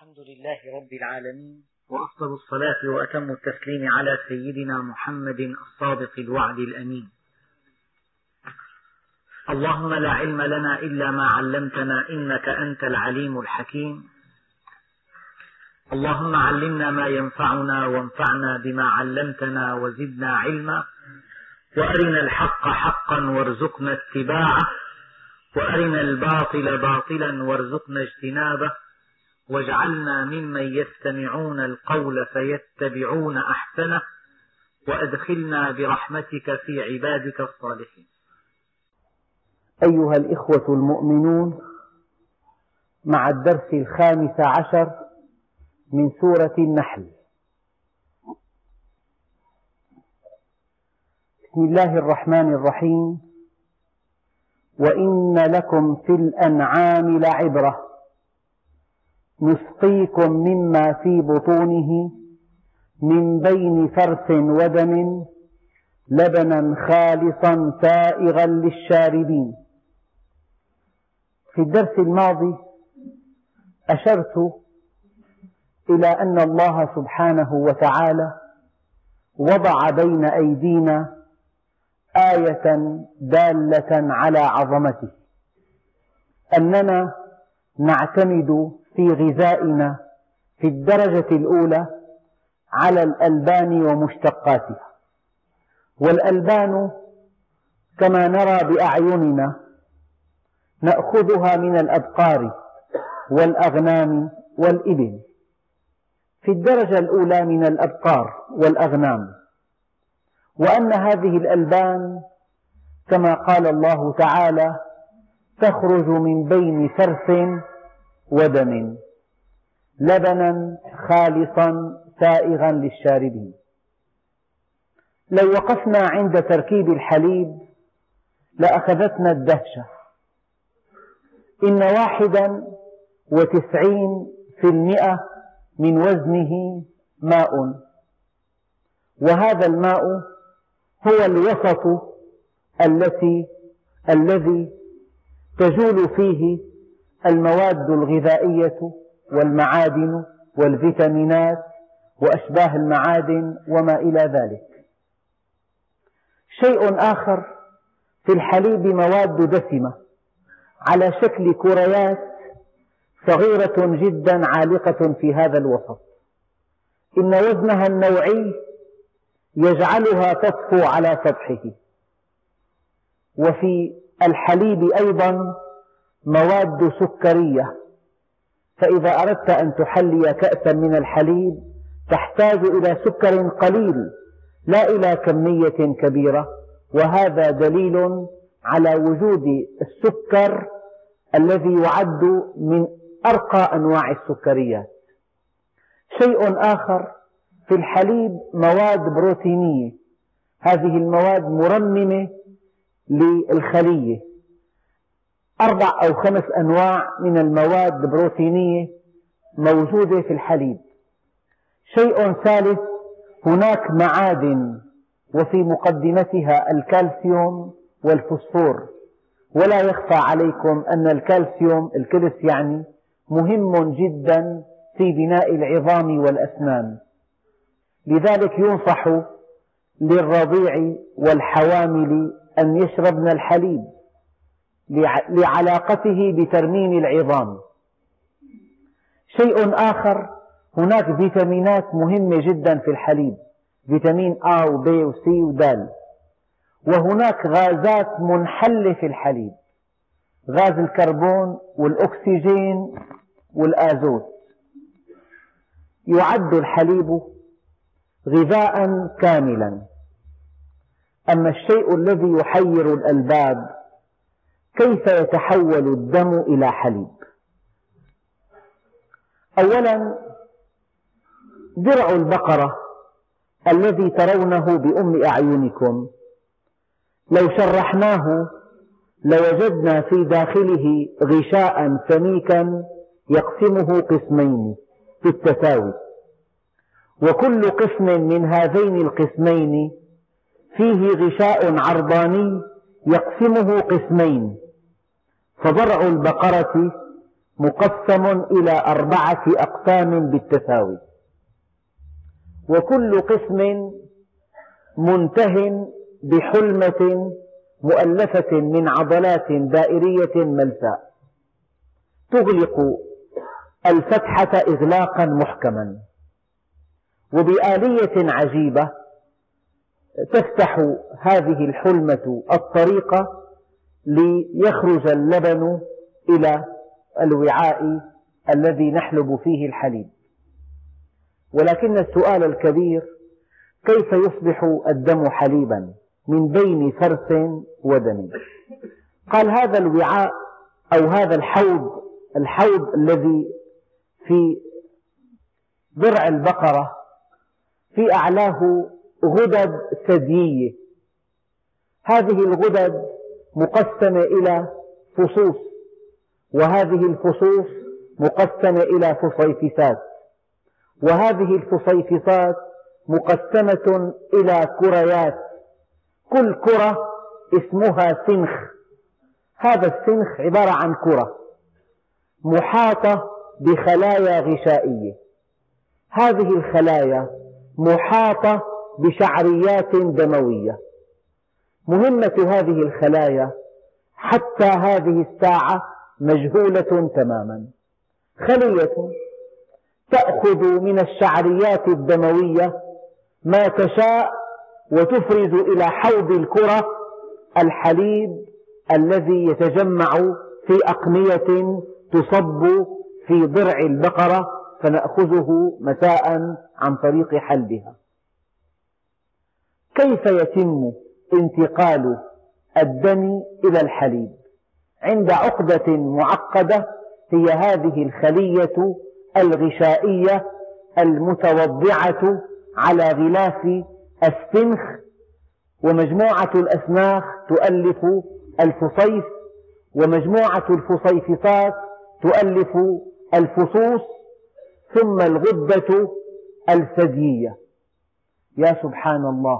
الحمد لله رب العالمين، وأفضل الصلاة وأتم التسليم على سيدنا محمد الصادق الوعد الأمين. اللهم لا علم لنا إلا ما علمتنا إنك أنت العليم الحكيم. اللهم علمنا ما ينفعنا وانفعنا بما علمتنا وزدنا علما، وأرنا الحق حقا وارزقنا اتباعه، وأرنا الباطل باطلا وارزقنا اجتنابه، واجعلنا ممن يستمعون القول فيتبعون أحسنه، وأدخلنا برحمتك في عبادك الصالحين. أيها الإخوة المؤمنون، مع الدرس 15 من سورة النحل. بسم الله الرحمن الرحيم. وإن لكم في الأنعام لعبرة نسقيكم مما في بطونه من بين فرث ودم لبنا خالصا سائغا للشاربين. في الدرس الماضي أشرت إلى أن الله سبحانه وتعالى وضع بين أيدينا آية دالة على عظمته، أننا نعتمد في غذائنا في الدرجة الأولى على الألبان ومشتقاتها، والألبان كما نرى بأعيننا نأخذها من الأبقار والأغنام والإبل. في الدرجة الأولى من الأبقار والأغنام، وأن هذه الألبان كما قال الله تعالى تخرج من بين فرث ودم لبنا خالصا سائغا للشاربين. لو وقفنا عند تركيب الحليب لأخذتنا الدهشة. إن 91% من وزنه ماء، وهذا الماء هو الوسط الذي تجول فيه المواد الغذائية والمعادن والفيتامينات وأشباه المعادن وما إلى ذلك. شيء آخر، في الحليب مواد دسمة على شكل كريات صغيرة جدا عالقة في هذا الوسط، إن وزنها النوعي يجعلها تطفو على سطحه. وفي الحليب أيضا مواد سكرية، فإذا أردت أن تحلي كأسا من الحليب تحتاج إلى سكر قليل لا إلى كمية كبيرة، وهذا دليل على وجود السكر الذي يعد من أرقى أنواع السكريات. شيء آخر، في الحليب مواد بروتينية، هذه المواد مرممة للخلية، 4 أو 5 أنواع من المواد البروتينية موجودة في الحليب. شيء ثالث، هناك معادن وفي مقدمتها الكالسيوم والفوسفور، ولا يخفى عليكم أن الكالسيوم الكلس يعني مهم جدا في بناء العظام والأسنان، لذلك ينصح للرضيع والحوامل أن يشربن الحليب لعلاقته بترميم العظام. شيء آخر، هناك فيتامينات مهمة جدا في الحليب، فيتامين A و B و C و D، وهناك غازات منحلة في الحليب، غاز الكربون والأكسجين والآزوت. يعد الحليب غذاء كاملا. أما الشيء الذي يحير الألباب، كيف يتحول الدم إلى حليب؟ أولا، درع البقرة الذي ترونه بأم أعينكم لو شرحناه لوجدنا في داخله غشاء سميكا يقسمه قسمين في التساوي، وكل قسم من هذين القسمين فيه غشاء عرضاني يقسمه قسمين، فضرع البقرة مقسم إلى 4 أقسام بالتساوي، وكل قسم منته بحلمة مؤلفة من عضلات دائرية ملساء تغلق الفتحة إغلاقا محكما، وبآلية عجيبة تفتح هذه الحلمة الطريق ليخرج اللبن إلى الوعاء الذي نحلب فيه الحليب. ولكن السؤال الكبير: كيف يصبح الدم حليبا من بين فرث ودم؟ قال: هذا الوعاء أو هذا الحوض الذي في ضرع البقرة في أعلاه غدد ثديية، هذه الغدد مقسمة إلى فصوص، وهذه الفصوص مقسمة إلى فصيفصات، وهذه الفصيفصات مقسمة إلى كريات، كل كرة اسمها سنخ. هذا السنخ عبارة عن كرة محاطة بخلايا غشائية، هذه الخلايا محاطة بشعريات دموية. مهمة هذه الخلايا حتى هذه الساعة مجهولة تماما. خلية تأخذ من الشعريات الدموية ما تشاء وتفرز إلى حوض الكرة الحليب الذي يتجمع في أقنية تصب في ضرع البقرة فنأخذه مساء عن طريق حلبها. كيف يتم انتقال الدم إلى الحليب؟ عند عقدة معقدة هي هذه الخلية الغشائية المتوضعة على غلاف السنخ، ومجموعة الأسناخ تؤلف الفصيف، ومجموعة الفصيفصات تؤلف الفصوص، ثم الغدة الثديية. يا سبحان الله،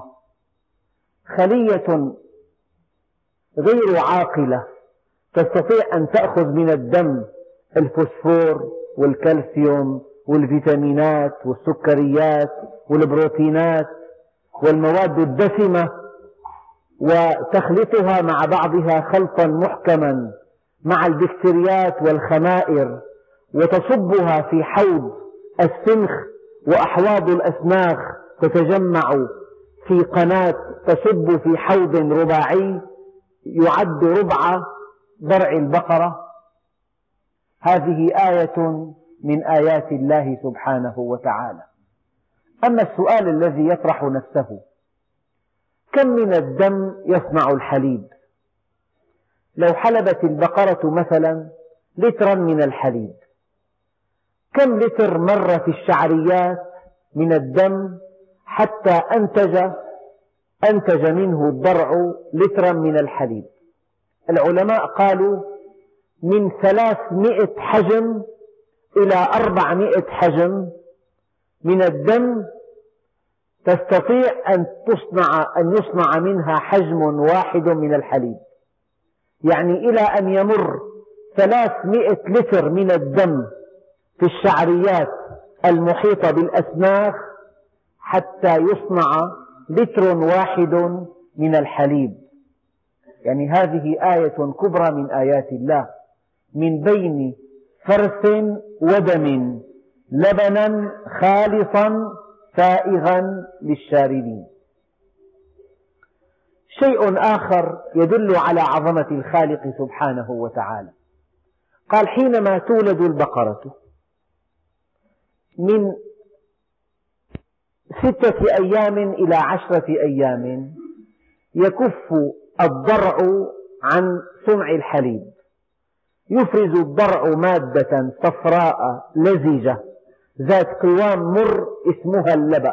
خلية غير عاقلة تستطيع أن تأخذ من الدم الفوسفور والكالسيوم والفيتامينات والسكريات والبروتينات والمواد الدسمة وتخلطها مع بعضها خلطا محكما مع البكتيريات والخمائر وتصبها في حوض السنخ، وأحواض الأسناخ تتجمع في قناة تصب في حوض رباعي يعد ربع ضرع البقرة. هذه آية من آيات الله سبحانه وتعالى. أما السؤال الذي يطرح نفسه: كم من الدم يصنع الحليب؟ لو حلبت البقرة مثلا لترا من الحليب، كم لتر مر في الشعريات من الدم حتى أنتج منه الضرع لترا من الحليب؟ العلماء قالوا من 300 حجم إلى 400 حجم من الدم تستطيع أن يصنع منها حجم واحد من الحليب. يعني إلى أن يمر 300 لتر من الدم في الشعريات المحيطة بالأسناخ حتى يصنع لتر واحد من الحليب. يعني هذه آية كبرى من آيات الله، من بين فرث ودم لبنا خالصا سائغا للشاربين. شيء آخر يدل على عظمة الخالق سبحانه وتعالى، قال: حينما تولد البقرة من 6 أيام إلى 10 أيام يكف الضرع عن صنع الحليب، يفرز الضرع مادة صفراء لزجة ذات قوام مر اسمها اللبأ.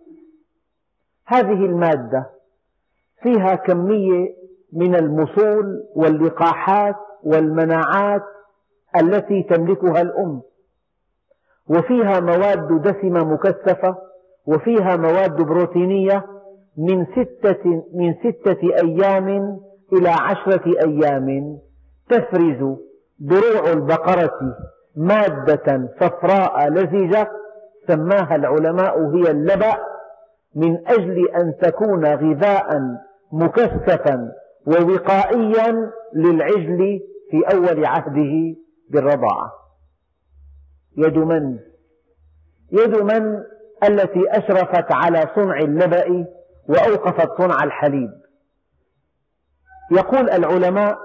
هذه المادة فيها كمية من المصول واللقاحات والمناعات التي تملكها الأم، وفيها مواد دسمة مكثفة، وفيها مواد بروتينية. من 6 أيام إلى 10 أيام تفرز ضروع البقرة مادة صفراء لزجة سماها العلماء هي اللبأ، من أجل أن تكون غذاء مكثفا ووقائيا للعجل في أول عهده بالرضاعة. يد من؟ يد من التي أشرفت على صنع اللبأ وأوقفت صنع الحليب. يقول العلماء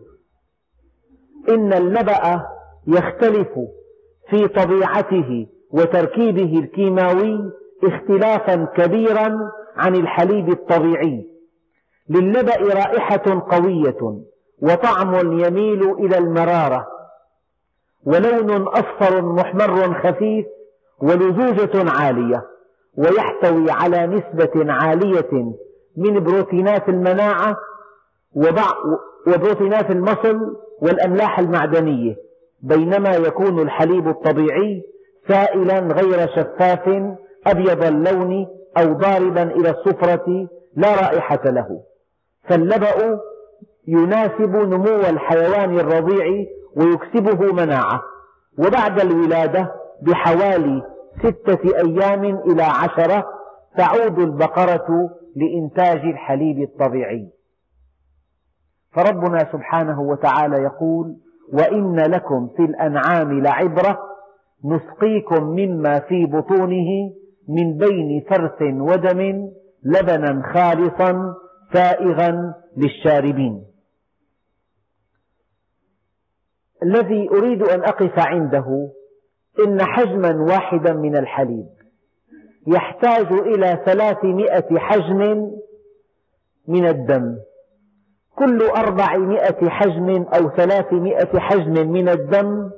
إن اللبأ يختلف في طبيعته وتركيبه الكيماوي اختلافا كبيرا عن الحليب الطبيعي. للبأ رائحة قوية وطعم يميل إلى المرارة ولون أصفر محمر خفيف ولزوجة عالية، ويحتوي على نسبة عالية من بروتينات المناعة وبروتينات المصل والأملاح المعدنية، بينما يكون الحليب الطبيعي سائلا غير شفاف أبيض اللون أو ضاربا إلى الصفرة لا رائحة له. فاللبأ يناسب نمو الحيوان الرضيع ويكسبه مناعة، وبعد الولادة بحوالي 6 أيام إلى 10 تعود البقرة لإنتاج الحليب الطبيعي. فربنا سبحانه وتعالى يقول: وإن لكم في الأنعام لعبرة نسقيكم مما في بطونه من بين فرث ودم لبنا خالصا سائغا للشاربين. الذي أريد أن أقف عنده إن حجما واحدا من الحليب يحتاج إلى 300 حجم من الدم. كل 400 حجم أو 300 حجم من الدم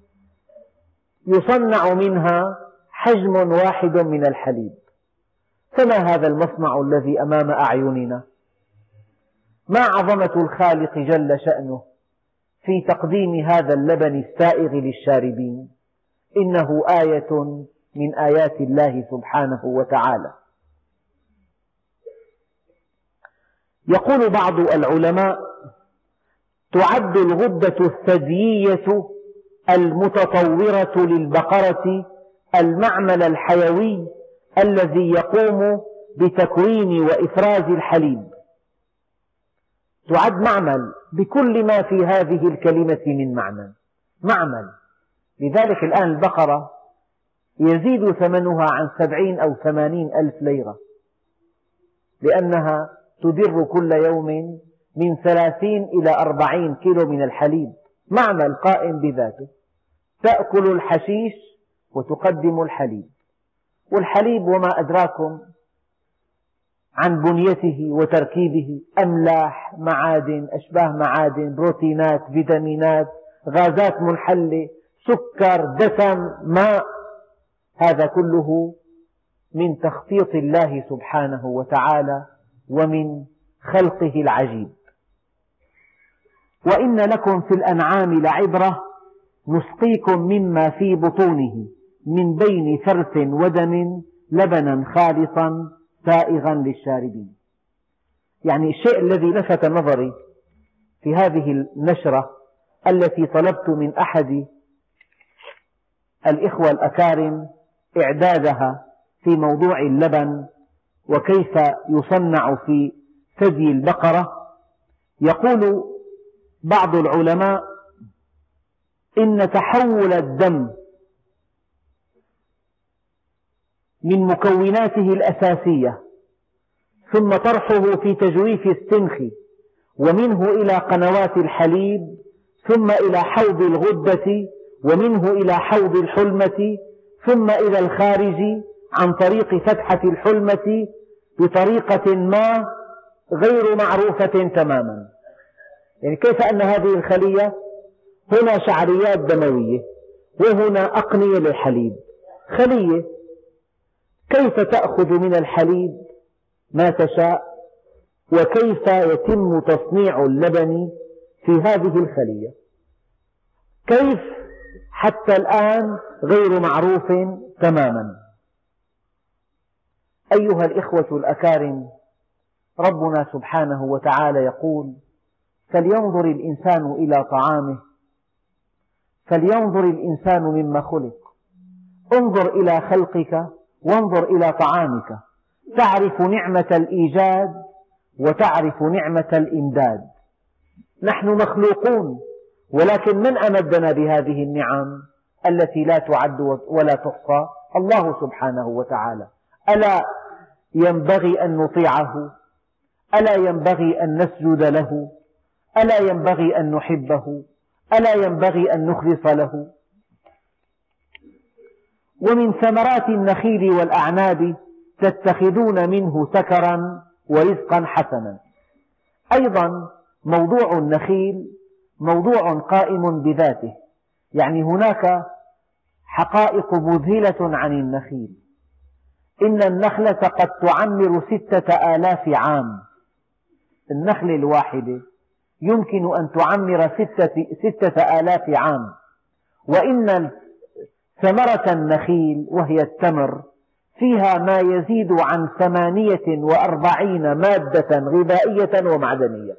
يصنع منها حجم واحد من الحليب. فما هذا المصنع الذي أمام أعيننا؟ ما عظمة الخالق جل شأنه في تقديم هذا اللبن السائغ للشاربين. إنه آية من آيات الله سبحانه وتعالى. يقول بعض العلماء: تعد الغدة الثديية المتطورة للبقرة المعمل الحيوي الذي يقوم بتكوين وإفراز الحليب. تعد معمل بكل ما في هذه الكلمة من معنى، معمل. لذلك الآن البقرة يزيد ثمنها عن 70 أو 80 ألف ليرة، لأنها تدر كل يوم من 30 إلى 40 كيلو من الحليب. معمل قائم بذاته، تأكل الحشيش وتقدم الحليب. والحليب وما أدراكم عن بنيته وتركيبه: أملاح، معادن، أشباه معادن، بروتينات، فيتامينات، غازات منحلة، سكر، دسم، ماء. هذا كله من تخطيط الله سبحانه وتعالى ومن خلقه العجيب. وإن لكم في الأنعام لعبرة نسقيكم مما في بطونه من بين فرث ودم لبنا خالصا سائغا للشاربين. يعني الشيء الذي لفت نظري في هذه النشرة التي طلبت من أحد الإخوة الأكارم إعدادها في موضوع اللبن وكيف يصنع في ثدي البقرة، يقول بعض العلماء: إن تحول الدم من مكوناته الأساسية ثم طرحه في تجويف السنخ ومنه إلى قنوات الحليب ثم إلى حوض الغدة ومنه إلى حوض الحلمة ثم إلى الخارج عن طريق فتحة الحلمة بطريقة ما غير معروفة تماما. يعني كيف أن هذه الخلية هنا شعريات دموية وهنا أقنية للحليب، خلية كيف تأخذ من الحليب ما تشاء، وكيف يتم تصنيع اللبن في هذه الخلية، كيف حتى الآن غير معروف تماما. أيها الإخوة الأكارم، ربنا سبحانه وتعالى يقول: فلينظر الإنسان إلى طعامه فلينظر الإنسان مما خلق. انظر إلى خلقك وانظر إلى طعامك، تعرف نعمة الإيجاد وتعرف نعمة الإمداد. نحن مخلوقون، ولكن من أمدنا بهذه النعم التي لا تعد ولا تحصى؟ الله سبحانه وتعالى. ألا ينبغي أن نطيعه؟ ألا ينبغي أن نسجد له؟ ألا ينبغي أن نحبه؟ ألا ينبغي أن نخلص له؟ ومن ثمرات النخيل والأعناب تتخذون منه سكرا ورزقا حسنا. أيضا موضوع النخيل موضوع قائم بذاته، يعني هناك حقائق مذهلة عن النخيل. إن النخلة قد تعمر 6000 عام. النخلة الواحدة يمكن أن تعمر 6000 عام. وإن ثمرة النخيل وهي التمر فيها ما يزيد عن 48 مادة غذائية ومعدنية.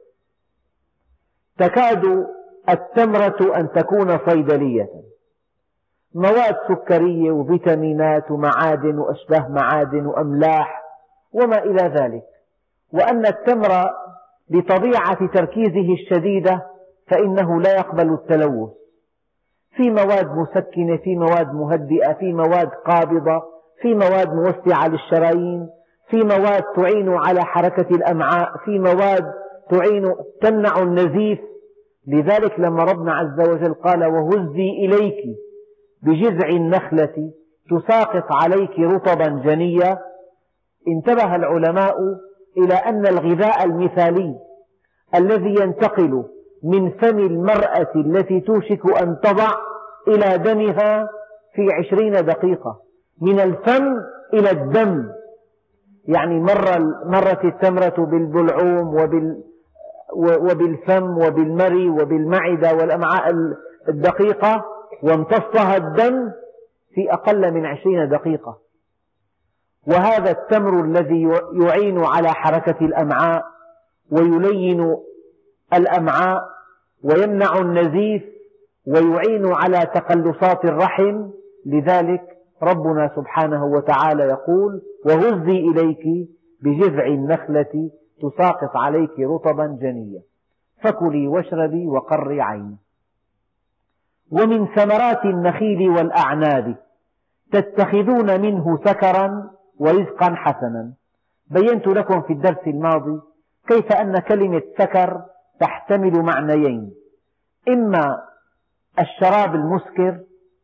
تكاد التمرة أن تكون صيدلية، مواد سكرية وفيتامينات ومعادن وأشباه معادن وأملاح وما إلى ذلك. وأن التمر بطبيعة تركيزه الشديدة فإنه لا يقبل التلوث، في مواد مسكنة، في مواد مهدئة، في مواد قابضة، في مواد موسعة للشرايين، في مواد تعين على حركة الأمعاء، في مواد تمنع النزيف. لذلك لما ربنا عز وجل قال وهزي إليك بجذع النخلة تساقط عليك رطبا جنيا، انتبه العلماء إلى أن الغذاء المثالي الذي ينتقل من فم المرأة التي توشك أن تضع إلى دمها في 20 دقيقة، من الفم إلى الدم. يعني مرت التمرة بالبلعوم وبالفم وبالمري وبالمعدة والأمعاء الدقيقة، وامتصها الدم في أقل من 20 دقيقة. وهذا التمر الذي يعين على حركة الأمعاء ويلين الأمعاء ويمنع النزيف ويعين على تقلصات الرحم. لذلك ربنا سبحانه وتعالى يقول وهزي إليك بجذع النخلة تساقط عليك رطبا جنيا فكلي واشربي وقري عيني. ومن ثمرات النخيل والأعناب تتخذون منه سكرا ورزقا حسنا. بينت لكم في الدرس الماضي كيف أن كلمة سكر تحتمل معنيين: إما الشراب المسكر،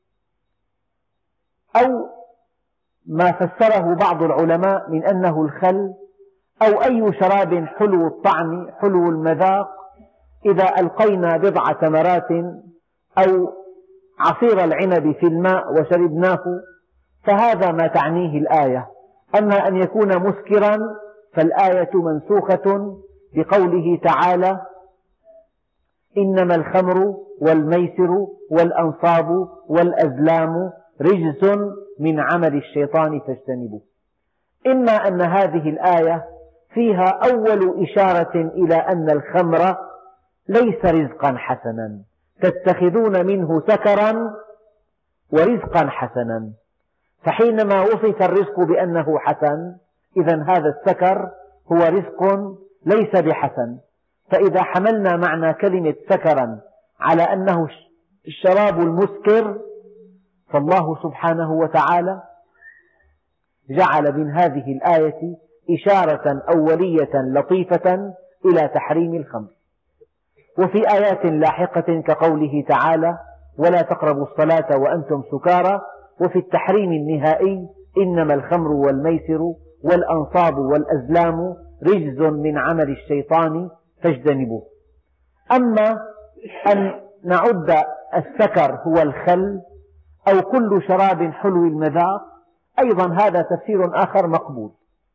أو ما فسره بعض العلماء من أنه الخل، أو أي شراب حلو الطعم حلو المذاق إذا ألقينا بضع تمرات أو عصير العنب في الماء وشربناه، فهذا ما تعنيه الآية. أما أن يكون مسكرا فالآية منسوخة بقوله تعالى إنما الخمر والميسر والأنصاب والأزلام رجس من عمل الشيطان فاجتنبوه. إما أن هذه الآية فيها أول إشارة إلى أن الخمر ليس رزقا حسنا، تتخذون منه سكرا ورزقا حسنا، فحينما وصف الرزق بأنه حسن إذن هذا السكر هو رزق ليس بحسن. فإذا حملنا معنى كلمة سكرا على أنه الشراب المسكر، فالله سبحانه وتعالى جعل من هذه الآية إشارة أولية لطيفة إلى تحريم الخمر. وفي آيات لاحقة كقوله تعالى ولا تقربوا الصلاة وأنتم سكارى، وفي التحريم النهائي إنما الخمر والميسر والأنصاب والأزلام رجز من عمل الشيطان فاجتنبوه. أما أن نعد السكر هو الخل أو كل شراب حلو المذاق أيضا هذا تفسير آخر مقبول،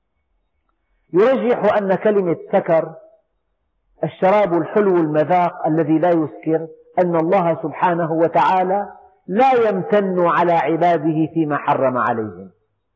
يرجح أن كلمة سكر الشراب الحلو المذاق الذي لا يسكر، أن الله سبحانه وتعالى لا يمتن على عباده فيما حرم عليهم.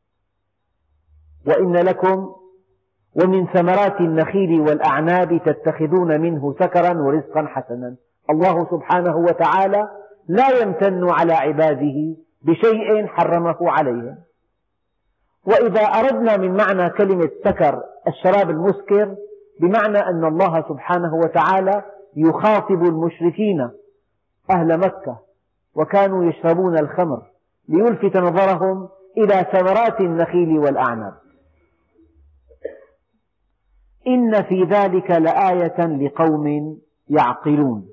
وإن لكم ومن ثمرات النخيل والأعناب تتخذون منه سكرا ورزقا حسنا. الله سبحانه وتعالى لا يمتن على عباده بشيء حرمه عليهم. وإذا أردنا من معنى كلمة سكر الشراب المسكر بمعنى أن الله سبحانه وتعالى يخاطب المشركين أهل مكة وكانوا يشربون الخمر ليلفت نظرهم إلى ثمرات النخيل والأعناب. إن في ذلك لآية لقوم يعقلون.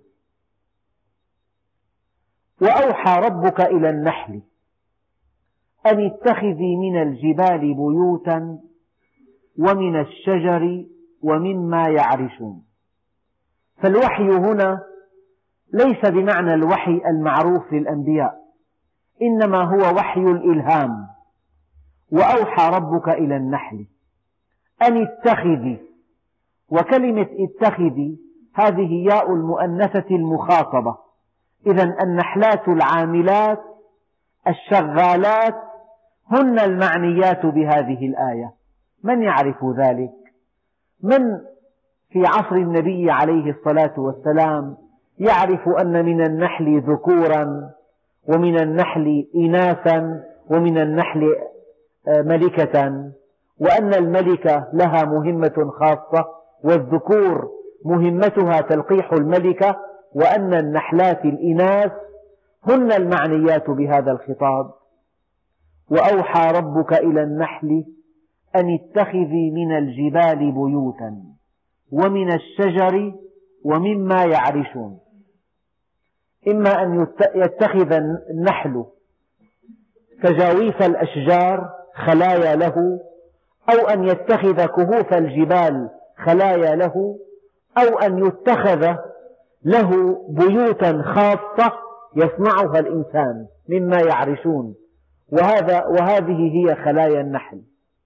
وأوحى ربك إلى النحل أن اتخذي من الجبال بيوتا ومن الشجر ومما يعرشون. فالوحي هنا ليس بمعنى الوحي المعروف للأنبياء، إنما هو وحي الإلهام. وأوحى ربك إلى النحل أن اتخذي، وكلمة اتخذي هذه ياء المؤنثة المخاطبة، إذن النحلات العاملات الشغالات هن المعنيات بهذه الآية. من يعرف ذلك؟ من في عصر النبي عليه الصلاة والسلام يعرف أن من النحل ذكورا ومن النحل إناثا ومن النحل ملكة، وأن الملكة لها مهمة خاصة والذكور مهمتها تلقيح الملكة، وأن النحلات الإناث هن المعنيات بهذا الخطاب. وأوحى ربك إلى النحل أن اتخذي من الجبال بيوتا ومن الشجر ومما يعرشون. إما أن يتخذ النحل تجاويف الأشجار خلايا له، أو أن يتخذ كهوف الجبال خلايا له، أو أن يتخذ له بيوتا خاصة يصنعها الإنسان مما يعرشون، وهذه هي خلايا النحل.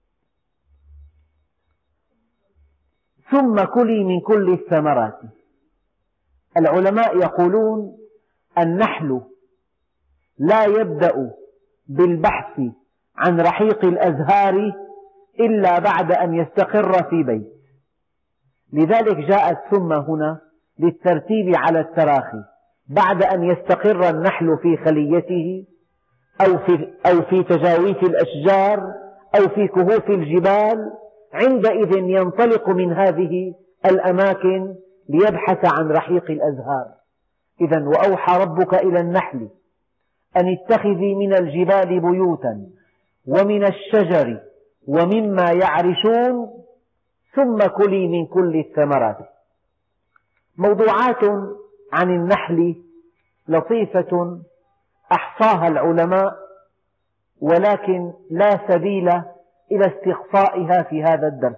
ثم كلي من كل الثمرات. العلماء يقولون النحل لا يبدأ بالبحث عن رحيق الأزهار إلا بعد أن يستقر في بيت، لذلك جاءت ثم هنا للترتيب على التراخي. بعد أن يستقر النحل في خليته أو في تجاويف الأشجار أو في كهوف الجبال، عندئذ ينطلق من هذه الأماكن ليبحث عن رحيق الأزهار. إذن وأوحى ربك إلى النحل أن اتخذي من الجبال بيوتا ومن الشجر ومما يعرشون ثم كلي من كل الثمرات. موضوعات عن النحل لطيفة أحصاها العلماء، ولكن لا سبيل إلى استقصائها في هذا الدرس.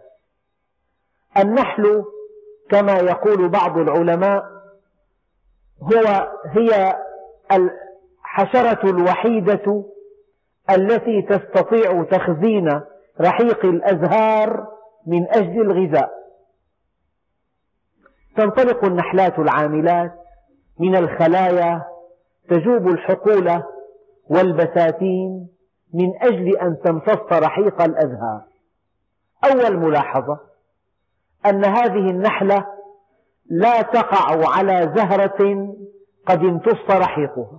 النحل كما يقول بعض العلماء هي الحشرة الوحيدة التي تستطيع تخزين رحيق الأزهار من أجل الغذاء. تنطلق النحلات العاملات من الخلايا تجوب الحقول والبساتين من أجل أن تمتص رحيق الأزهار. أول ملاحظة أن هذه النحلة لا تقع على زهرة قد امتص رحيقها،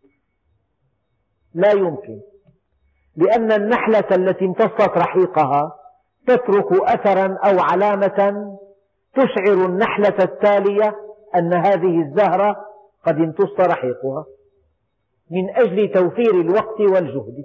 لا يمكن، لأن النحلة التي امتصت رحيقها تترك أثرا أو علامة تشعر النحلة التالية أن هذه الزهرة قد امتص رحيقها من أجل توفير الوقت والجهد.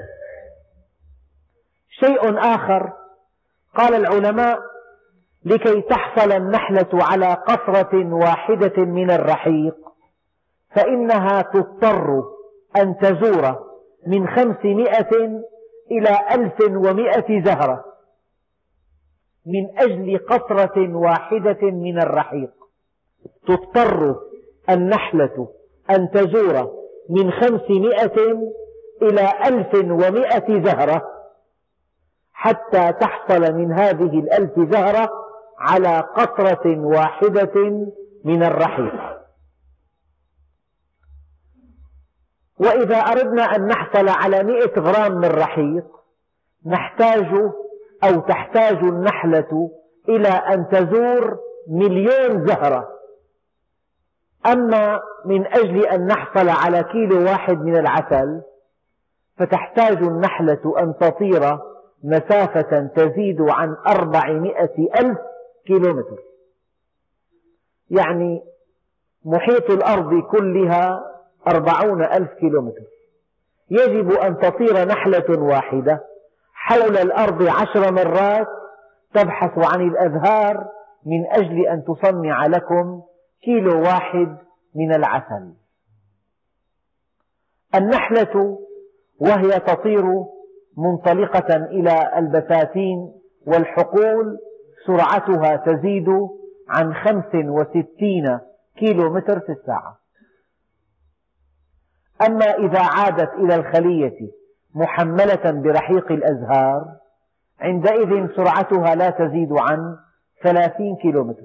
شيء آخر، قال العلماء لكي تحصل النحلة على قطرة واحدة من الرحيق فإنها تضطر أن تزور من 500 إلى 1100 زهرة من أجل قطرة واحدة من الرحيق. تضطر النحلة أن تزور من 500 إلى 1100 زهرة حتى تحصل من هذه 1000 زهرة على قطرة واحدة من الرحيق. وإذا أردنا أن نحصل على 100 غرام من رحيق تحتاج النحلة إلى أن تزور 1,000,000 زهرة أما من أجل أن نحصل على كيلو واحد من العسل فتحتاج النحلة أن تطير مسافة تزيد عن 400,000 كيلومتر، يعني محيط الأرض كلها 40,000 كيلومتر. يجب أن تطير نحلة واحدة حول الأرض 10 مرات تبحث عن الأزهار من أجل أن تصنع لكم كيلو واحد من العسل. النحلة وهي تطير منطلقة إلى البساتين والحقول سرعتها تزيد عن 65 كيلومتر في الساعة. أما إذا عادت إلى الخلية محملة برحيق الأزهار عندئذ سرعتها لا تزيد عن 30 كيلومتر.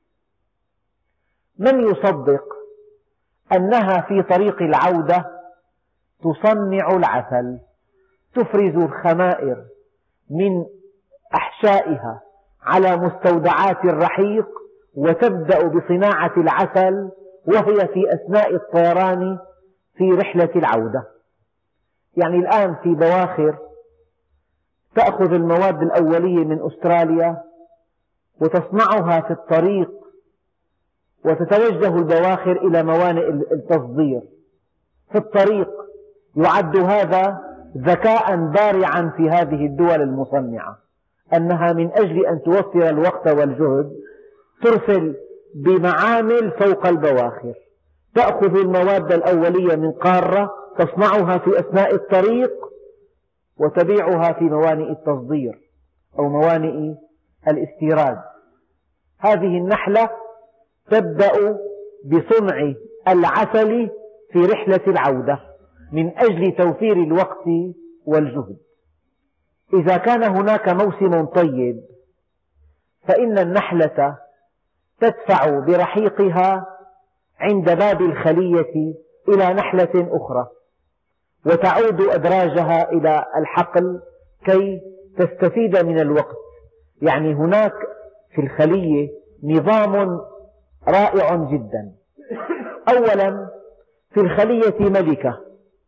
من يصدق أنها في طريق العودة تصنع العسل، تفرز الخمائر من أحشائها على مستودعات الرحيق وتبدأ بصناعة العسل وهي في أثناء الطيران في رحلة العودة. يعني الآن في بواخر تأخذ المواد الأولية من أستراليا وتصنعها في الطريق وتتوجه البواخر إلى موانئ التصدير في الطريق. يعد هذا ذكاء بارعا في هذه الدول المصنعة، أنها من أجل أن توفر الوقت والجهد ترسل بمعامل فوق البواخر، تأخذ المواد الأولية من قارة تصنعها في أثناء الطريق وتبيعها في موانئ التصدير أو موانئ الاستيراد. هذه النحلة تبدأ بصنع العسل في رحلة العودة من أجل توفير الوقت والجهد. إذا كان هناك موسم طيب فإن النحلة تدفع برحيقها عند باب الخلية إلى نحلة أخرى وتعود أدراجها إلى الحقل كي تستفيد من الوقت. يعني هناك في الخلية نظام رائع جدا. أولا في الخلية ملكة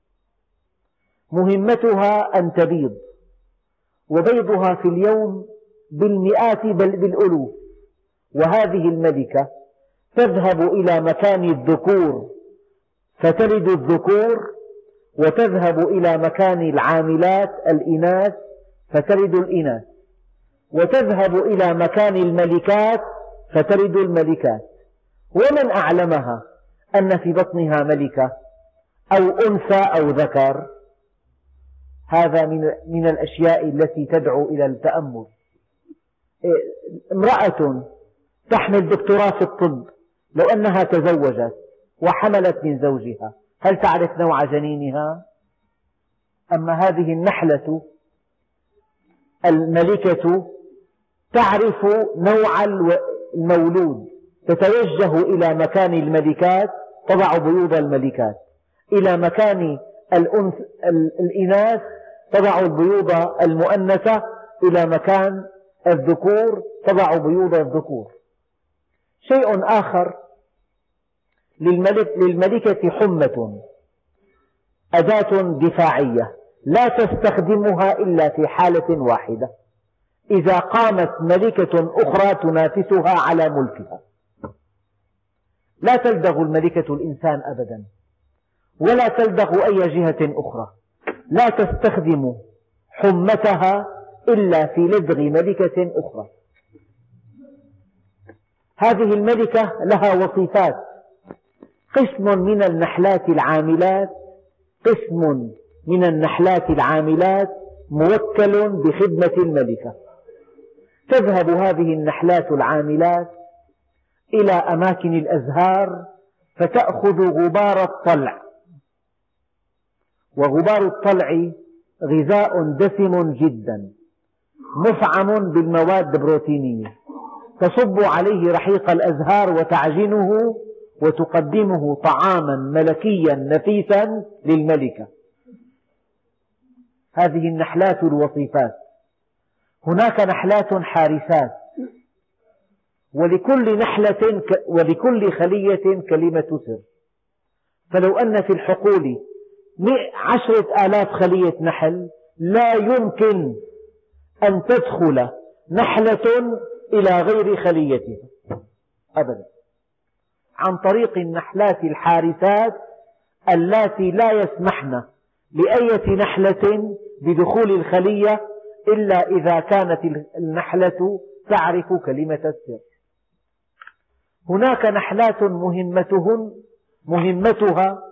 مهمتها أن تبيض، وبيضها في اليوم بالمئات بل بالألوف، وهذه الملكة تذهب إلى مكان الذكور فتلد الذكور، وتذهب إلى مكان العاملات الإناث فتلد الإناث، وتذهب إلى مكان الملكات فتلد الملكات. ومن أعلمها أن في بطنها ملكة أو أنثى أو ذكر؟ هذا من الأشياء التي تدعو إلى التأمل. امرأة تحمل دكتوراه في الطب لو أنها تزوجت وحملت من زوجها هل تعرف نوع جنينها؟ أما هذه النحلة الملكة تعرف نوع المولود، تتوجه إلى مكان الملكات تضع بيوض الملكات، إلى مكان الإناث تضع البيوض المؤنثة، إلى مكان الذكور تضع بيوض الذكور. شيء آخر، للملكة حمة أداة دفاعية لا تستخدمها إلا في حالة واحدة، إذا قامت ملكة أخرى تنافسها على ملكها. لا تلدغ الملكة الإنسان أبدا، ولا تلدغ أي جهة أخرى، لا تستخدم حمتها إلا في لدغ ملكة أخرى. هذه الملكة لها وظيفات. قسم من النحلات العاملات موكل بخدمة الملكة. تذهب هذه النحلات العاملات إلى أماكن الأزهار فتأخذ غبار الطلع، وغبار الطلع غذاء دسم جدا مفعم بالمواد البروتينية، تصب عليه رحيق الأزهار وتعجنه وتقدمه طعاما ملكيا نفيسا للملكة. هذه النحلات الوصيفات. هناك نحلات حارسات، ولكل خلية كلمة سر. فلو أن في الحقول 10,000 خلية نحل لا يمكن أن تدخل نحلة إلى غير خليتها أبدا، عن طريق النحلات الحارسات اللاتي لا يسمحن لأية نحلة بدخول الخلية إلا إذا كانت النحلة تعرف كلمة السر. هناك نحلات مهمتها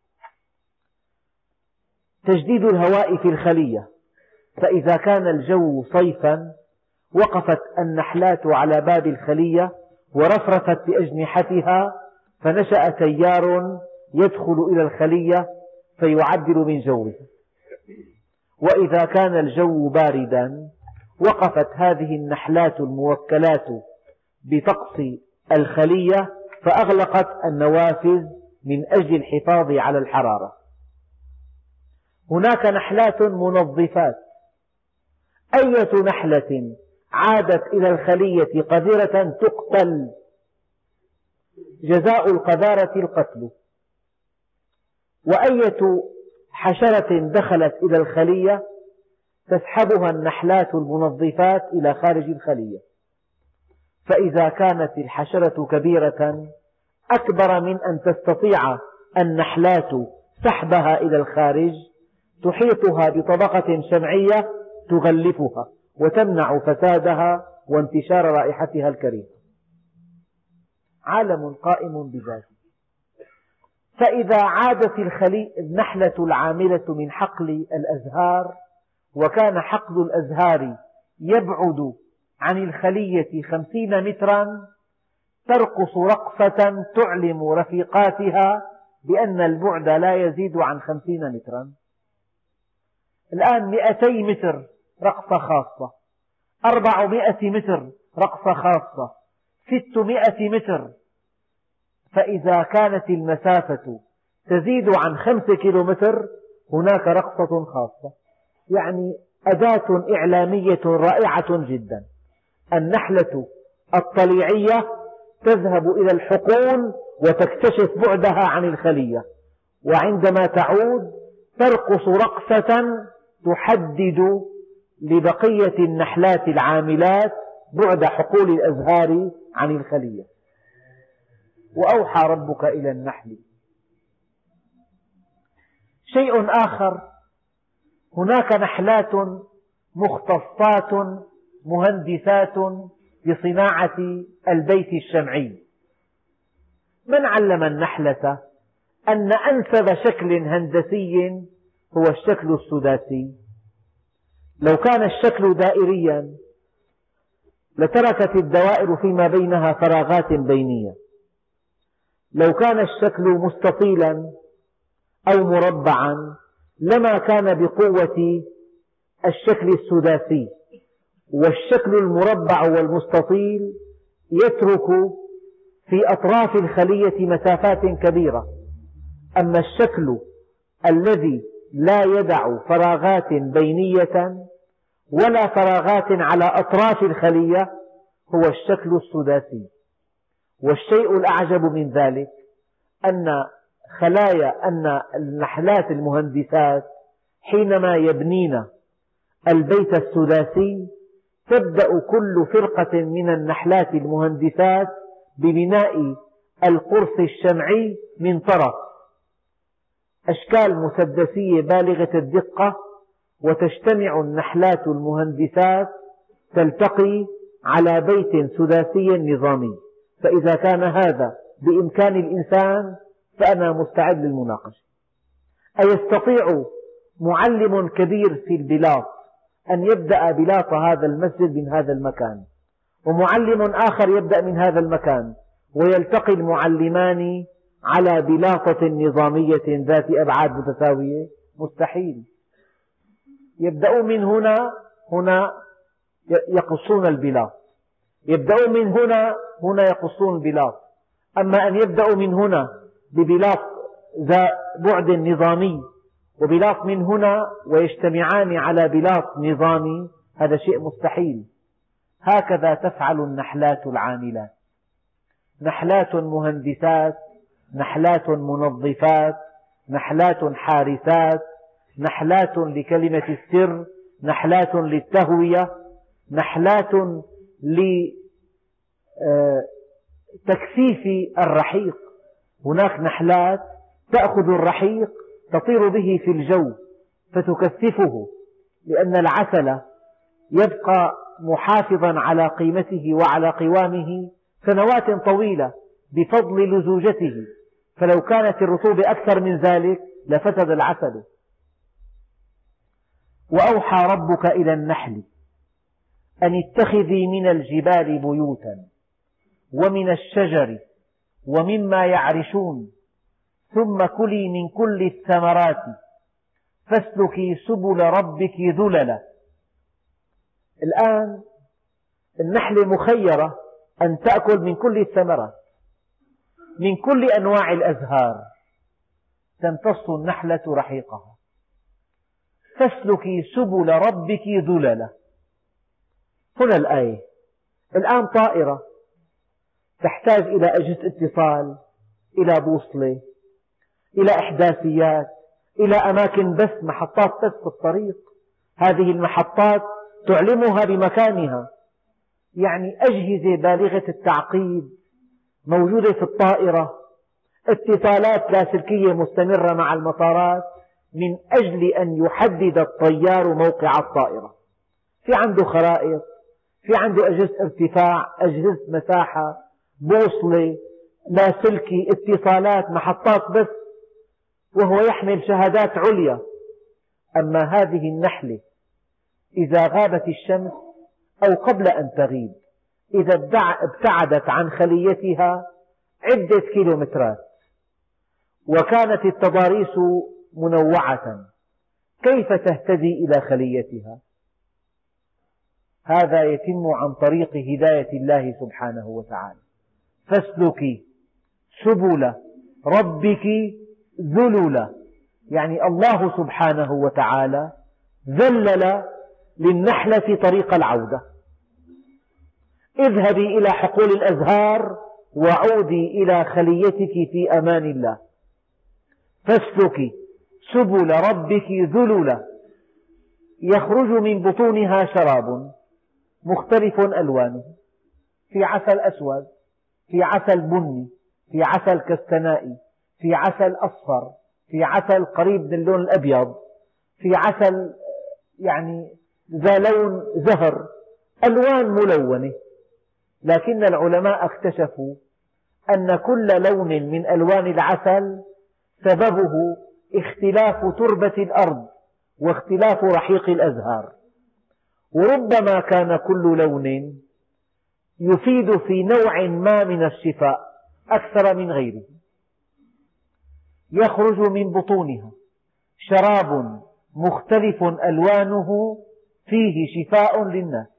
تجديد الهواء في الخلية، فإذا كان الجو صيفا وقفت النحلات على باب الخلية ورفرفت بأجنحتها فنشأ تيار يدخل إلى الخلية فيعدل من جوها. وإذا كان الجو باردا وقفت هذه النحلات الموكلات بطقس الخلية فأغلقت النوافذ من أجل الحفاظ على الحرارة. هناك نحلات منظفات، أية نحلة عادت إلى الخلية قذرة تقتل، جزاء القذارة القتل. وأية حشرة دخلت إلى الخلية تسحبها النحلات المنظفات إلى خارج الخلية، فإذا كانت الحشرة كبيرة أكبر من أن تستطيع النحلات سحبها إلى الخارج تحيطها بطبقة شمعية تغلفها وتمنع فسادها وانتشار رائحتها الكريهة. عالم قائم بذاته. فإذا عادت النحلة العاملة من حقل الأزهار وكان حقل الأزهار يبعد عن الخلية 50 مترا ترقص رقصة تعلم رفيقاتها بأن البعد لا يزيد عن 50 مترا. الآن 200 متر رقصة خاصة، 400 متر رقصة خاصة، 600 متر. فإذا كانت المسافة تزيد عن 5 كيلومتر هناك رقصة خاصة، يعني أداة إعلامية رائعة جدا. النحلة الطليعية تذهب إلى الحقول وتكتشف بعدها عن الخلية، وعندما تعود ترقص رقصة تحدد لبقية النحلات العاملات بعد حقول الأزهار عن الخلية. وأوحى ربك إلى النحل. شيء آخر، هناك نحلات مختصات مهندسات بصناعة البيت الشمعي. من علم النحلة أن أنسب شكل هندسي هو الشكل السداسي؟ لو كان الشكل دائريا لتركت الدوائر فيما بينها فراغات بينية. لو كان الشكل مستطيلا أو مربعا لما كان بقوة الشكل السداسي. والشكل المربع والمستطيل يترك في أطراف الخلية مسافات كبيرة، أما الشكل الذي لا يدع فراغات بينية ولا فراغات على أطراف الخلية هو الشكل السداسي. والشيء الأعجب من ذلك أن النحلات المهندسات حينما يبنين البيت السداسي تبدأ كل فرقة من النحلات المهندسات ببناء القرص الشمعي من طرف، أشكال مسدسية بالغة الدقة، وتجتمع النحلات المهندسات تلتقي على بيت سداسي نظامي. فإذا كان هذا بإمكان الإنسان فأنا مستعد للمناقشة. أيستطيع معلم كبير في البلاط أن يبدأ بلاط هذا المسجد من هذا المكان، ومعلم آخر يبدأ من هذا المكان، ويلتقي المعلمان على بلاطة نظامية ذات أبعاد متساوية؟ مستحيل. يبدأون من هنا يقصون البلاط، يبدأون من هنا يقصون البلاط. أما أن يبدأوا من هنا ببلاط ذا بعد نظامي وبلاط من هنا ويجتمعان على بلاط نظامي، هذا شيء مستحيل. هكذا تفعل النحلات العاملات، نحلات مهندسات، نحلات منظفات، نحلات حارسات، نحلات لكلمة السر، نحلات للتهوية، نحلات لتكثيف الرحيق. هناك نحلات تأخذ الرحيق تطير به في الجو فتكثفه، لأن العسل يبقى محافظا على قيمته وعلى قوامه سنوات طويلة بفضل لزوجته، فلو كانت الرطوبة أكثر من ذلك لفسد العسل. وأوحى ربك إلى النحل أن اتخذي من الجبال بيوتا ومن الشجر ومما يعرشون ثم كلي من كل الثمرات فاسلكي سبل ربك ذللا. الآن النحلة مخيرة أن تأكل من كل الثمرات، من كل أنواع الأزهار، تمتص النحلة رحيقها. فاسلكي سبل ربك ذللا. هنا الآية. الآن طائرة تحتاج إلى أجهزة اتصال، إلى بوصلة، إلى إحداثيات، إلى أماكن بث، محطات بث في الطريق. هذه المحطات تعلمها بمكانها، يعني أجهزة بالغة التعقيد موجودة في الطائرة، اتصالات لاسلكية مستمرة مع المطارات من أجل أن يحدد الطيار موقع الطائرة. في عنده خرائط، في عنده أجهزة ارتفاع، أجهزة مساحة، بوصلة، لاسلكي، اتصالات، محطات بث، وهو يحمل شهادات عليا. أما هذه النحلة إذا غابت الشمس أو قبل أن تغيب، إذا ابتعدت عن خليتها عدة كيلومترات وكانت التضاريس منوعة، كيف تهتدي إلى خليتها؟ هذا يتم عن طريق هداية الله سبحانه وتعالى. فاسلكي سبل ربك ذللا، يعني الله سبحانه وتعالى ذلل للنحلة طريق العودة. اذهبي إلى حقول الأزهار وعودي إلى خليتك في أمان الله. فاسلكي سبل ربك ذللا يخرج من بطونها شراب مختلف ألوانه، في عسل أسود، في عسل بني، في عسل كستنائي، في عسل أصفر، في عسل قريب من اللون الأبيض، في عسل يعني ذا لون زهر، ألوان ملونة. لكن العلماء اكتشفوا أن كل لون من ألوان العسل سببه اختلاف تربة الأرض واختلاف رحيق الأزهار، وربما كان كل لون يفيد في نوع ما من الشفاء أكثر من غيره. يخرج من بطونها شراب مختلف ألوانه فيه شفاء للناس.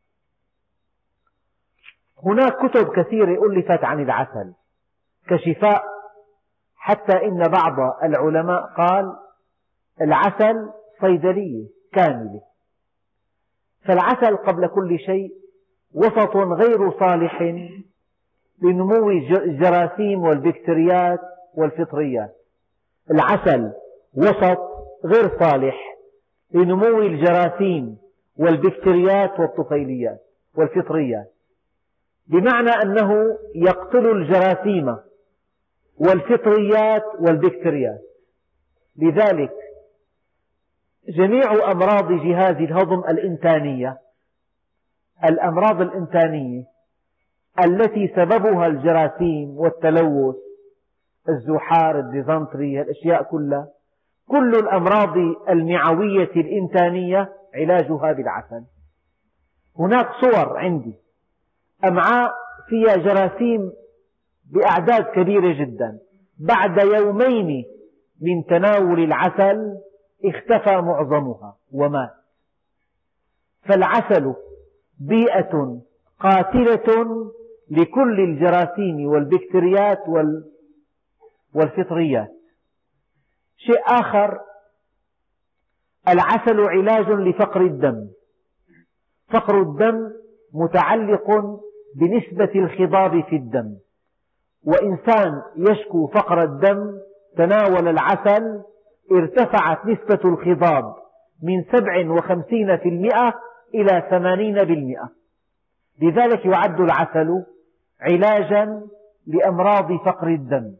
هناك كتب كثيرة ألفت عن العسل كشفاء، حتى إن بعض العلماء قال العسل صيدلية كاملة. فالعسل قبل كل شيء وسط غير صالح لنمو الجراثيم والبكتريات والفطريات. العسل وسط غير صالح لنمو الجراثيم والبكتريات والطفيليات والفطريات، بمعنى أنه يقتل الجراثيم والفطريات والبكتريات. لذلك جميع أمراض جهاز الهضم الإنسانية، الأمراض الإنسانية التي سببها الجراثيم والتلوث، الزحار، الديزنتري، الأشياء كلها، كل الأمراض المعوية الإنسانية علاجها بالعسل. هناك صور عندي أمعاء فيها جراثيم بأعداد كبيرة جدا، بعد يومين من تناول العسل اختفى معظمها ومات. فالعسل بيئة قاتلة لكل الجراثيم والبكتريات والفطريات. شيء آخر، العسل علاج لفقر الدم. فقر الدم متعلق بنسبة الخضاب في الدم، وإنسان يشكو فقر الدم تناول العسل ارتفعت نسبة الخضاب من 57% إلى 80%. لذلك يعد العسل علاجا لأمراض فقر الدم.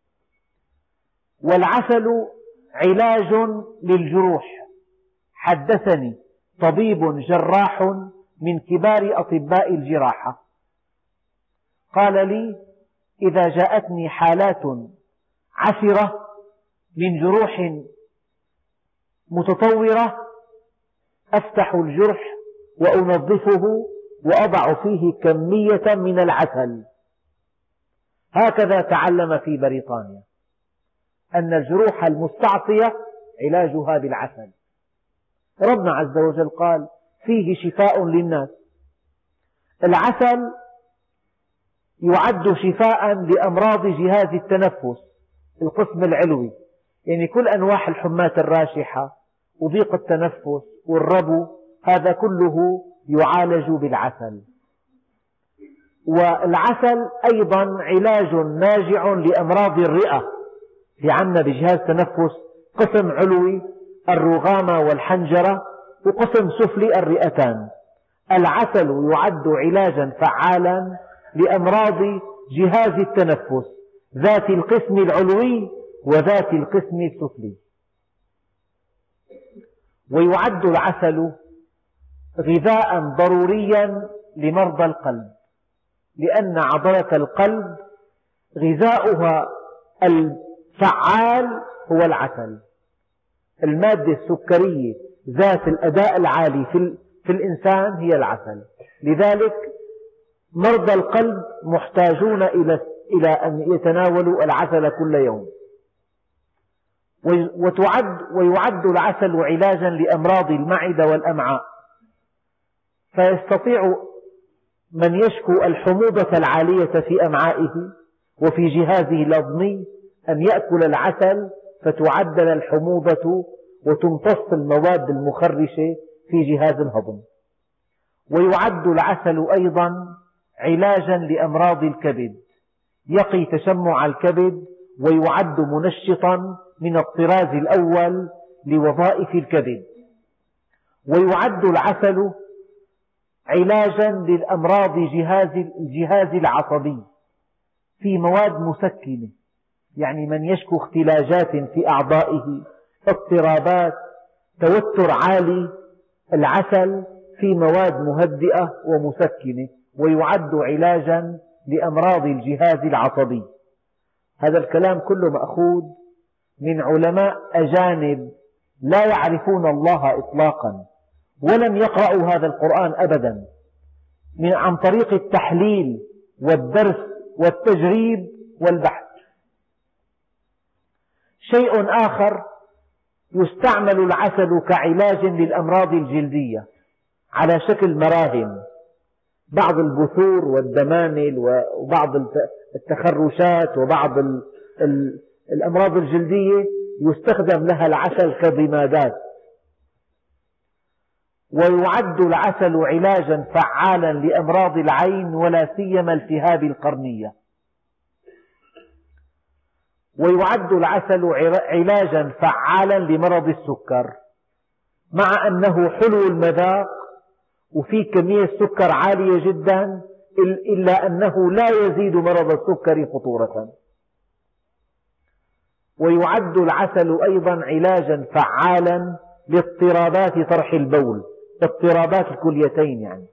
والعسل علاج للجروح. حدثني طبيب جراح من كبار أطباء الجراحة قال لي: إذا جاءتني حالات عسرة من جروح متطورة أفتح الجرح وأنظفه وأضع فيه كمية من العسل. هكذا تعلم في بريطانيا أن الجروح المستعصية علاجها بالعسل. ربنا عز وجل قال: فيه شفاء للناس. العسل يعد شفاء لأمراض جهاز التنفس، القسم العلوي، يعني كل أنواع الحمات الراشحة وضيق التنفس والربو، هذا كله يعالج بالعسل. والعسل أيضا علاج ناجع لأمراض الرئة. في عندنا بجهاز التنفس قسم علوي الرغامة والحنجرة، وقسم سفلي الرئتان. العسل يعد علاجا فعالا لأمراض جهاز التنفس ذات القسم العلوي وذات القسم السفلي. ويعد العسل غذاء ضروريا لمرضى القلب، لأن عضلة القلب غذاؤها الفعال هو العسل. المادة السكرية ذات الأداء العالي في الإنسان هي العسل. لذلك مرضى القلب محتاجون إلى أن يتناولوا العسل كل يوم. ويعد العسل علاجا لأمراض المعدة والأمعاء، فيستطيع من يشكو الحموضة العالية في أمعائه وفي جهازه الهضمي أن يأكل العسل فتعدل الحموضة وتمتص المواد المخرشة في جهاز الهضم. ويعد العسل أيضا علاجا لأمراض الكبد، يقي تشمع الكبد، ويعد منشطا من الطراز الأول لوظائف الكبد. ويعد العسل علاجا للأمراض الجهاز العصبي، في مواد مسكنة، يعني من يشكو اختلاجات في أعضائه، اضطرابات، توتر عالي، العسل في مواد مهدئة ومسكنة، ويعد علاجا لأمراض الجهاز العصبي. هذا الكلام كله مأخوذ من علماء أجانب لا يعرفون الله إطلاقا، ولم يقرأوا هذا القرآن أبدا، عن طريق التحليل والدرس والتجريب والبحث. شيء آخر، يستعمل العسل كعلاج للأمراض الجلدية على شكل مراهم. بعض البثور والدمامل وبعض التخرشات وبعض الأمراض الجلدية يستخدم لها العسل كضمادات. ويعد العسل علاجا فعالا لأمراض العين ولا سيما التهاب القرنية. ويعد العسل علاجا فعالا لمرض السكر، مع أنه حلو المذاق وفيه كمية سكر عالية جدا، إلا أنه لا يزيد مرض السكر خطورة. ويعد العسل أيضا علاجا فعالا لاضطرابات طرح البول، اضطرابات الكليتين يعني.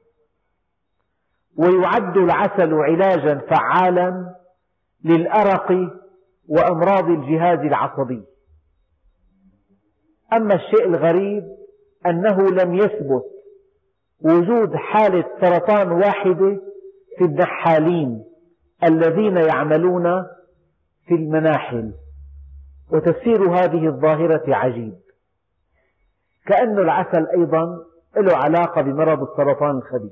ويعد العسل علاجا فعالا للأرق وأمراض الجهاز العصبي. أما الشيء الغريب أنه لم يثبت وجود حالة سرطان واحدة في النحالين الذين يعملون في المناحل. وتفسير هذه الظاهرة عجيب، كأن العسل أيضا له علاقة بمرض السرطان الخبيث.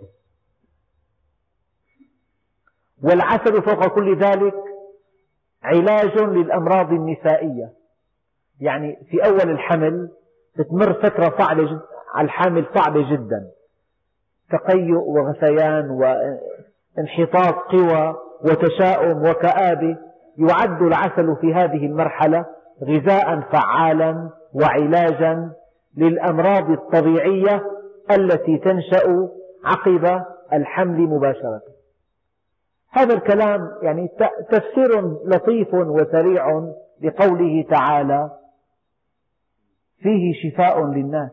والعسل فوق كل ذلك علاج للأمراض النسائية، يعني في أول الحمل بتمر فترة صعبة على الحامل، صعبة جدا، تقيؤ وغثيان وانحطاط قوى وتشاؤم وكآبة، يعد العسل في هذه المرحلة غذاء فعالا وعلاجا للأمراض الطبيعية التي تنشأ عقب الحمل مباشرة. هذا الكلام يعني تفسير لطيف وسريع لقوله تعالى: فيه شفاء للناس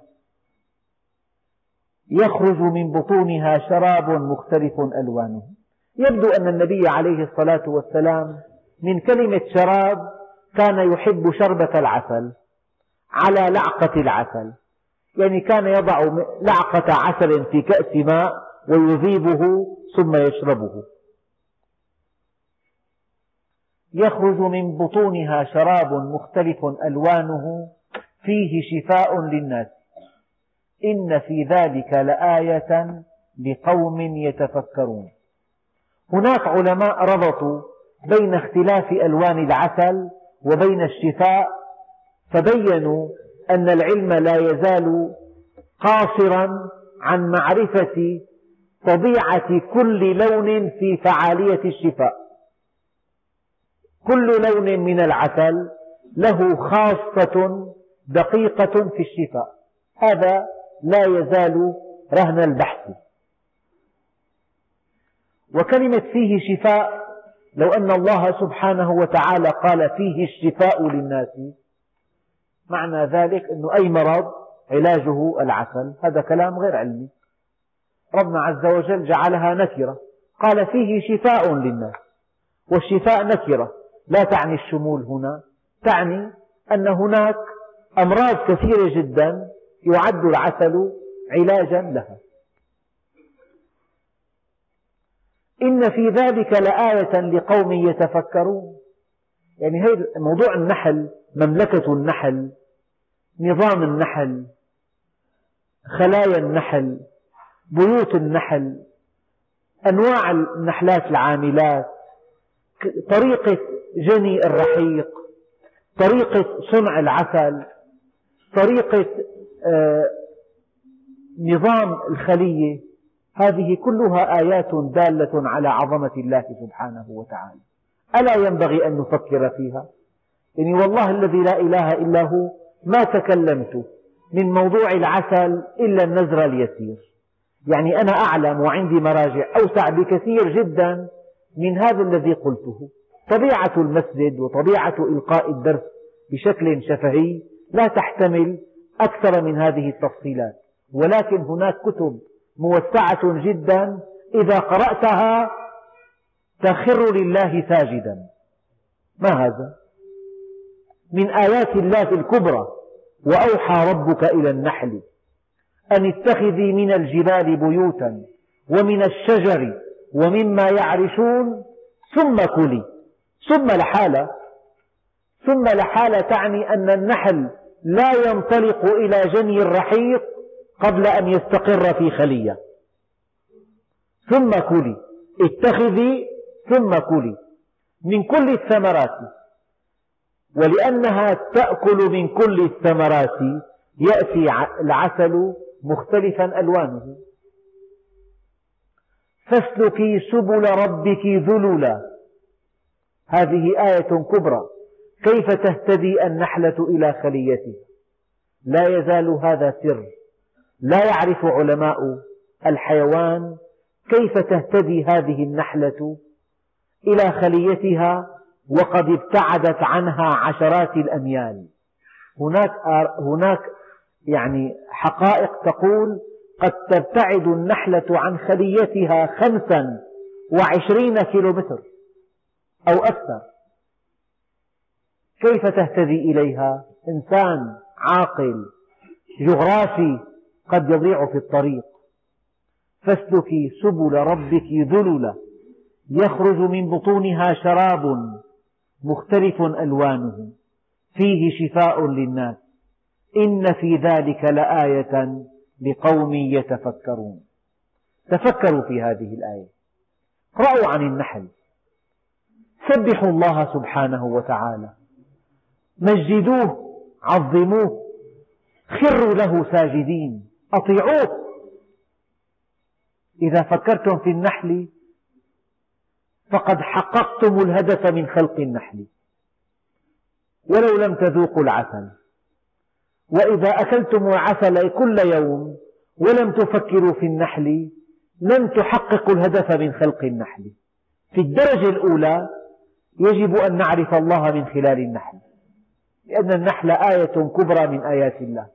يخرج من بطونها شراب مختلف ألوانه. يبدو أن النبي عليه الصلاة والسلام من كلمة شراب كان يحب شربة العسل على لعقة العسل، يعني كان يضع لعقة عسل في كأس ماء ويذيبه ثم يشربه. يخرج من بطونها شراب مختلف ألوانه فيه شفاء للناس إن في ذلك لآية لقوم يتفكرون. هناك علماء ربطوا بين اختلاف ألوان العسل وبين الشفاء، فبينوا أن العلم لا يزال قاصرا عن معرفة طبيعة كل لون في فعالية الشفاء. كل لون من العسل له خاصة دقيقة في الشفاء، هذا لا يزال رهن البحث. وكلمة فيه شفاء، لو أن الله سبحانه وتعالى قال فيه الشفاء للناس، معنى ذلك أن أي مرض علاجه العسل، هذا كلام غير علمي. ربنا عز وجل جعلها نكرة، قال فيه شفاء للناس، والشفاء نكرة لا تعني الشمول هنا، تعني أن هناك أمراض كثيرة جدا يعد العسل علاجا لها. إن في ذلك لآية لقوم يتفكرون. يعني هذا موضوع النحل، مملكة النحل، نظام النحل، خلايا النحل، بيوت النحل، أنواع النحلات العاملات، طريقة جني الرحيق، طريقة صنع العسل، طريقة نظام الخلية، هذه كلها آيات دالة على عظمة الله سبحانه وتعالى. ألا ينبغي أن نفكر فيها؟ يعني والله الذي لا إله إلا هو ما تكلمت من موضوع العسل إلا النزر اليسير. يعني أنا أعلم وعندي مراجع أوسع بكثير جدا من هذا الذي قلته. طبيعة المسجد وطبيعة إلقاء الدرس بشكل شفهي لا تحتمل أكثر من هذه التفصيلات، ولكن هناك كتب موسعة جدا إذا قرأتها تخر لله ساجدا. ما هذا؟ من آيات الله الكبرى: وأوحى ربك إلى النحل أن اتخذي من الجبال بيوتا ومن الشجر ومما يعرشون ثم كلي. ثم لحالة تعني أن النحل لا ينطلق إلى جني الرحيق قبل أن يستقر في خلية. ثم كلي، اتخذي ثم كلي من كل الثمرات، ولأنها تأكل من كل الثمرات يأتي العسل مختلفا ألوانه. فاسلكي سبل ربك ذللا، هذه آية كبرى. كيف تهتدي النحلة إلى خليتها؟ لا يزال هذا سر، لا يعرف علماء الحيوان كيف تهتدي هذه النحلة إلى خليتها وقد ابتعدت عنها عشرات الأميال. هناك يعني حقائق تقول قد تبتعد النحلة عن خليتها 25 كيلومتر أو أكثر. كيف تهتدي إليها؟ إنسان عاقل جغرافي قد يضيع في الطريق. فاسلكي سبل ربك ذللا يخرج من بطونها شراب مختلف ألوانه فيه شفاء للناس إن في ذلك لآية لقوم يتفكرون. تفكروا في هذه الآية، اقرأوا عن النحل، سبحوا الله سبحانه وتعالى، مجدوه، عظموه، خروا له ساجدين، أطيعوه. إذا فكرتم في النحل فقد حققتم الهدف من خلق النحل، ولو لم تذوقوا العسل. وإذا أكلتم العسل كل يوم ولم تفكروا في النحل لن تحققوا الهدف من خلق النحل. في الدرجة الأولى يجب أن نعرف الله من خلال النحل، لأن النحل آية كبرى من آيات الله.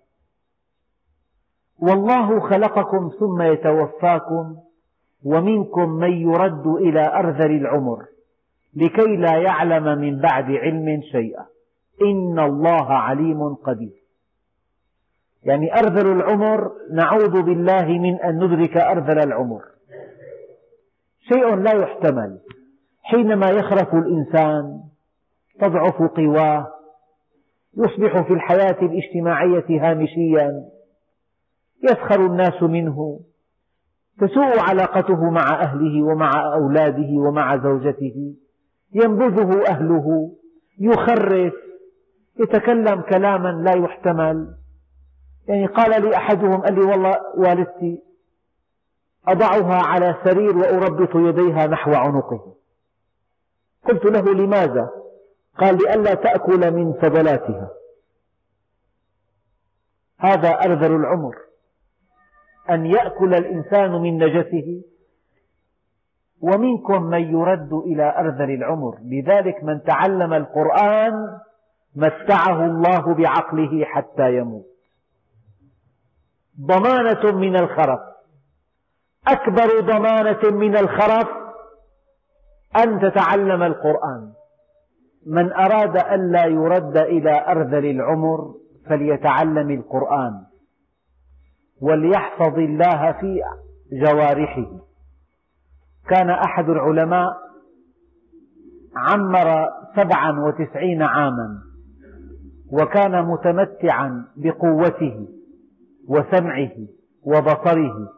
والله خلقكم ثم يتوفاكم ومنكم من يرد إلى أرذل العمر لكي لا يعلم من بعد علم شيئا إن الله عليم قدير. يعني أرذل العمر نعوذ بالله من أن ندرك أرذل العمر، شيء لا يحتمل. حينما يخرف الإنسان تضعف قواه، يصبح في الحياة الاجتماعية هامشيا، يسخر الناس منه، تسوء علاقته مع أهله ومع أولاده ومع زوجته، ينبذه أهله، يخرف، يتكلم كلاما لا يحتمل. يعني قال لي أحدهم، قال لي والله والدتي أضعها على سرير وأربط يديها نحو عنقه. قلت له لماذا؟ قال لئلا تأكل من فضلاتها. هذا أرذل العمر، أن يأكل الإنسان من نجسه. ومنكم من يرد إلى أرذل العمر، لذلك من تعلم القرآن متعه الله بعقله حتى يموت. ضمانة من الخرف، أكبر ضمانة من الخرف أن تتعلم القرآن. من أراد ألا يرد إلى أرذل العمر فليتعلم القرآن وليحفظ الله في جوارحه. كان أحد العلماء عمر 97 عاما، وكان متمتعا بقوته وسمعه وبصره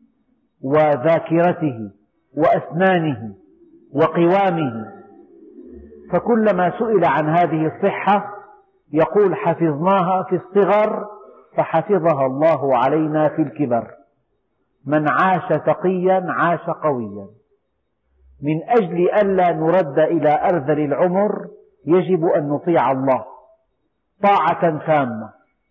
وذاكرته وأسنانه وقوامه، فكلما سئل عن هذه الصحة يقول حفظناها في الصغر فحفظها الله علينا في الكبر. من عاش تقيا عاش قويا. من أجل ألا نرد إلى أرذل العمر يجب أن نطيع الله طاعة تامة.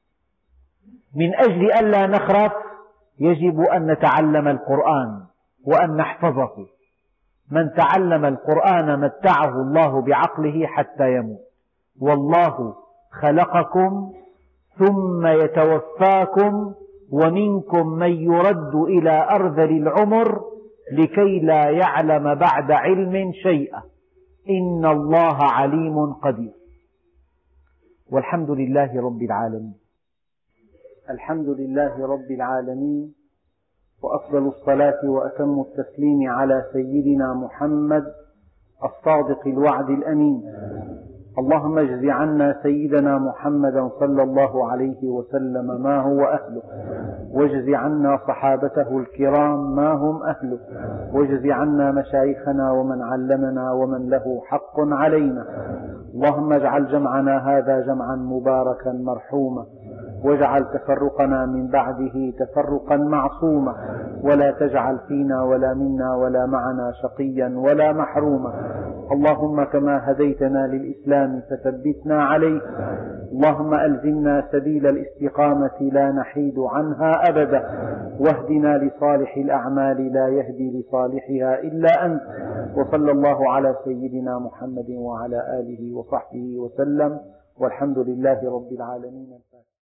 من أجل ألا نخرف يجب أن نتعلم القرآن وأن نحفظه. من تعلم القرآن متعه الله بعقله حتى يموت. والله خلقكم ثم يتوفاكم ومنكم من يرد إلى أرذل العمر لكي لا يعلم بعد علم شيئا إن الله عليم قدير. والحمد لله رب العالمين. الحمد لله رب العالمين، وأفضل الصلاة وأتم التسليم على سيدنا محمد الصادق الوعد الأمين. اللهم اجز عنا سيدنا محمدا صلى الله عليه وسلم ما هو أهله، واجز عنا صحابته الكرام ما هم أهله، واجز عنا مشايخنا ومن علمنا ومن له حق علينا. اللهم اجعل جمعنا هذا جمعا مباركا مرحوما، واجعل تفرقنا من بعده تفرقا معصوما، ولا تجعل فينا ولا منا ولا معنا شقيا ولا محروما. اللهم كما هديتنا للإسلام فثبتنا عليه، اللهم ألزمنا سبيل الاستقامة لا نحيد عنها أبدا، واهدنا لصالح الأعمال لا يهدي لصالحها إلا أنت. وصلى الله على سيدنا محمد وعلى آله وصحبه وسلم، والحمد لله رب العالمين.